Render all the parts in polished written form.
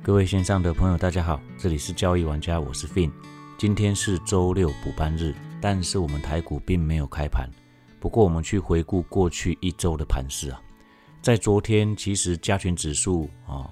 各位线上的朋友大家好，这里是交易玩家，我是 Fin。 今天是周六补班日，但是我们台股并没有开盘。不过我们去回顾过去一周的盘势在昨天其实加权指数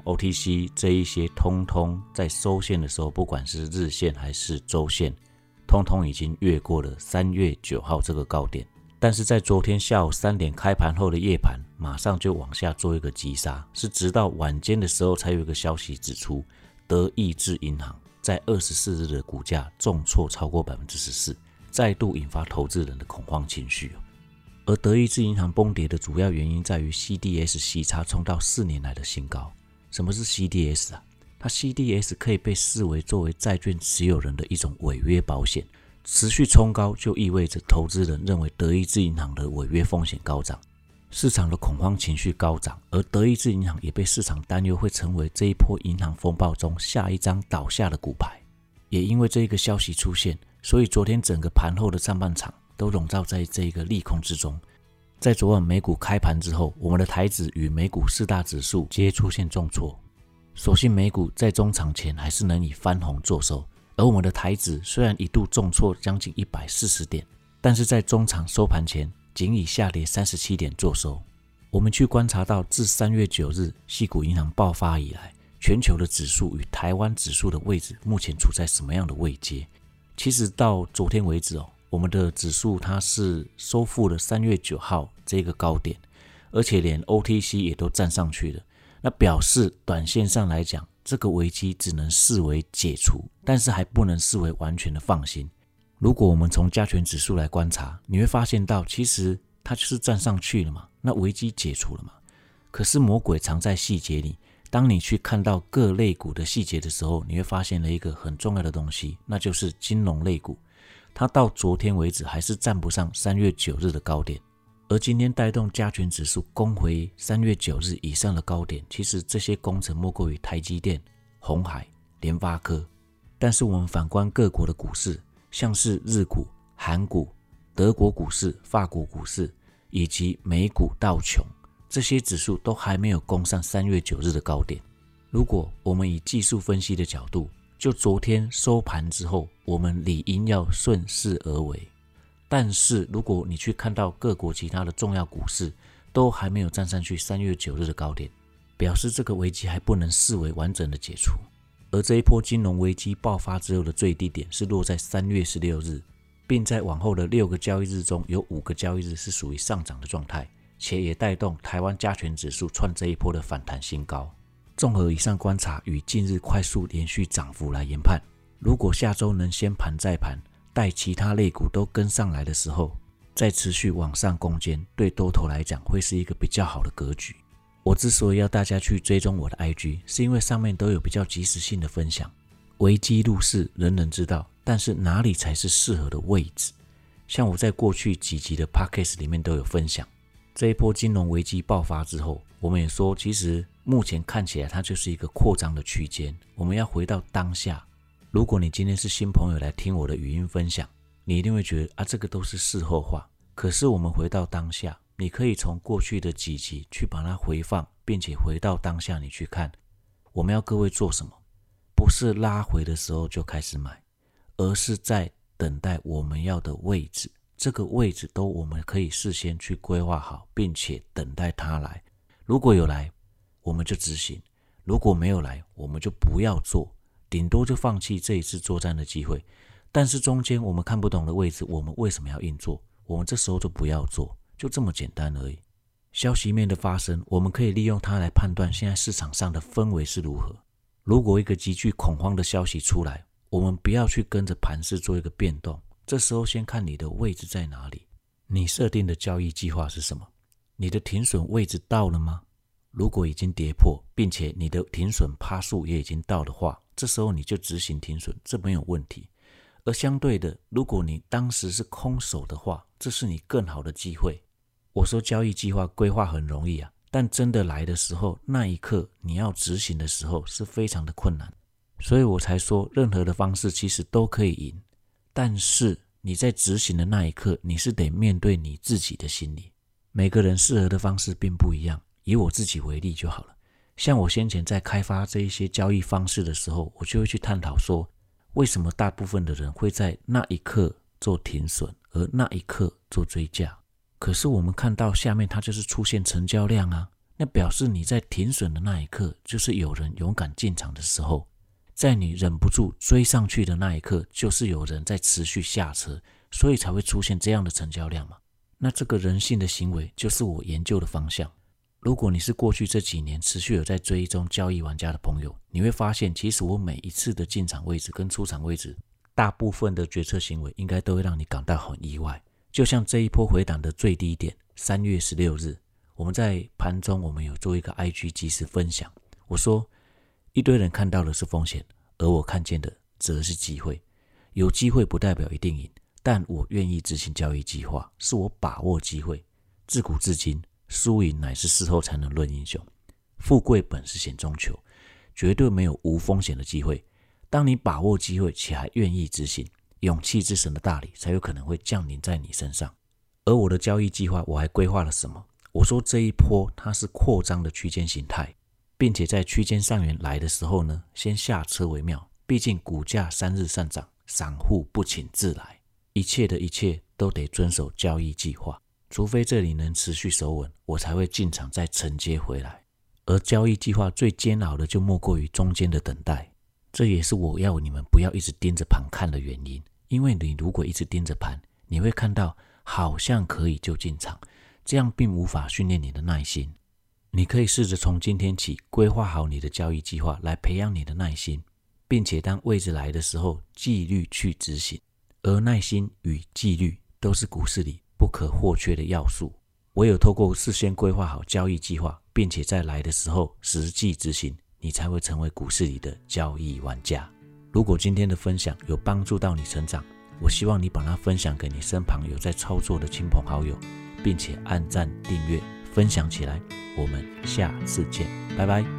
OTC 这一些通通在收线的时候，不管是日线还是周线，通通已经越过了3月9号这个高点。但是在昨天下午3点开盘后的夜盘，马上就往下做一个急杀，是直到晚间的时候才有一个消息指出，德意志银行在24日的股价重挫超过 14%， 再度引发投资人的恐慌情绪。而德意志银行崩跌的主要原因在于 CDS 息差冲到4年来的新高。什么是 CDS 它 CDS 可以被视为作为债券持有人的一种违约保险，持续冲高就意味着投资人认为德意志银行的违约风险高涨，市场的恐慌情绪高涨，而德意志银行也被市场担忧会成为这一波银行风暴中下一张倒下的骨牌。也因为这一个消息出现，所以昨天整个盘后的上半场都笼罩在这一个利空之中。在昨晚美股开盘之后，我们的台指与美股4大指数皆出现重挫，所幸美股在中场前还是能以翻红作收，而我们的台指虽然一度重挫将近140点，但是在中场收盘前仅以下跌37点作收。我们去观察到自3月9日矽谷银行爆发以来，全球的指数与台湾指数的位置目前处在什么样的位阶。其实到昨天为止我们的指数它是收复了3月9号这个高点，而且连 OTC 也都站上去了。那表示短线上来讲，这个危机只能视为解除，但是还不能视为完全的放心。如果我们从加权指数来观察，你会发现到其实它就是站上去了嘛，那危机解除了嘛。可是魔鬼藏在细节里，当你去看到各类股的细节的时候，你会发现了一个很重要的东西，那就是金融类股。它到昨天为止还是站不上3月9日的高点，而今天带动加权指数攻回3月9日以上的高点，其实这些功臣莫过于台积电、鸿海、联发科。但是我们反观各国的股市，像是日股、韩股、德国股市、法国股市以及美股道琼，这些指数都还没有攻上3月9日的高点。如果我们以技术分析的角度，就昨天收盘之后，我们理应要顺势而为。但是如果你去看到各国其他的重要股市都还没有站上去3月9日的高点，表示这个危机还不能视为完整的解除。而这一波金融危机爆发之后的最低点是落在3月16日，并在往后的6个交易日中有5个交易日是属于上涨的状态，且也带动台湾加权指数创这一波的反弹新高。综合以上观察与近日快速连续涨幅来研判，如果下周能先盘再盘，待其他类股都跟上来的时候，再持续往上攻坚，对多头来讲会是一个比较好的格局。我之所以要大家去追踪我的 IG， 是因为上面都有比较即时性的分享。危机入市人人知道，但是哪里才是适合的位置？像我在过去几集的 Podcast 里面都有分享，这一波金融危机爆发之后，我们也说其实目前看起来它就是一个扩张的区间，我们要回到当下。如果你今天是新朋友来听我的语音分享，你一定会觉得这个都是事后话。可是我们回到当下，你可以从过去的几集去把它回放，并且回到当下你去看，我们要各位做什么？不是拉回的时候就开始买，而是在等待我们要的位置。这个位置都我们可以事先去规划好，并且等待它来。如果有来，我们就执行；如果没有来，我们就不要做，顶多就放弃这一次作战的机会。但是中间我们看不懂的位置，我们为什么要硬做？我们这时候就不要做，就这么简单而已。消息面的发生，我们可以利用它来判断现在市场上的氛围是如何。如果一个极具恐慌的消息出来，我们不要去跟着盘势做一个变动，这时候先看你的位置在哪里，你设定的交易计划是什么，你的停损位置到了吗？如果已经跌破，并且你的停损趴数也已经到的话，这时候你就执行停损，这没有问题。而相对的，如果你当时是空手的话，这是你更好的机会。我说交易计划规划很容易但真的来的时候，那一刻你要执行的时候是非常的困难。所以我才说任何的方式其实都可以赢，但是你在执行的那一刻，你是得面对你自己的心理。每个人适合的方式并不一样，以我自己为例就好了。 像我先前在开发这一些交易方式的时候，我就会去探讨说，为什么大部分的人会在那一刻做停损，而那一刻做追价。可是我们看到下面它就是出现成交量啊，那表示你在停损的那一刻，就是有人勇敢进场的时候，在你忍不住追上去的那一刻，就是有人在持续下车，所以才会出现这样的成交量嘛。那这个人性的行为就是我研究的方向。如果你是过去这几年持续有在追踪交易玩家的朋友，你会发现其实我每一次的进场位置跟出场位置，大部分的决策行为应该都会让你感到很意外。就像这一波回档的最低点3月16日，我们在盘中我们有做一个 IG 即时分享，我说一堆人看到的是风险，而我看见的则是机会。有机会不代表一定赢，但我愿意执行交易计划，是我把握机会。自古至今，输赢乃是事后才能论英雄，富贵本是险中求，绝对没有无风险的机会。当你把握机会且还愿意执行，勇气之神的大礼才有可能会降临在你身上。而我的交易计划我还规划了什么？我说这一波它是扩张的区间形态，并且在区间上缘来的时候呢，先下车为妙，毕竟股价3日上涨，散户不请自来，一切的一切都得遵守交易计划，除非这里能持续守稳，我才会进场再承接回来。而交易计划最煎熬的就莫过于中间的等待，这也是我要你们不要一直盯着盘看的原因。因为你如果一直盯着盘，你会看到好像可以就进场，这样并无法训练你的耐心。你可以试着从今天起规划好你的交易计划，来培养你的耐心，并且当位置来的时候，纪律去执行。而耐心与纪律都是股市里不可或缺的要素。唯有透过事先规划好交易计划，并且在来的时候实际执行，你才会成为股市里的交易玩家。如果今天的分享有帮助到你成长，我希望你把它分享给你身旁有在操作的亲朋好友，并且按赞、订阅、分享起来。我们下次见，拜拜。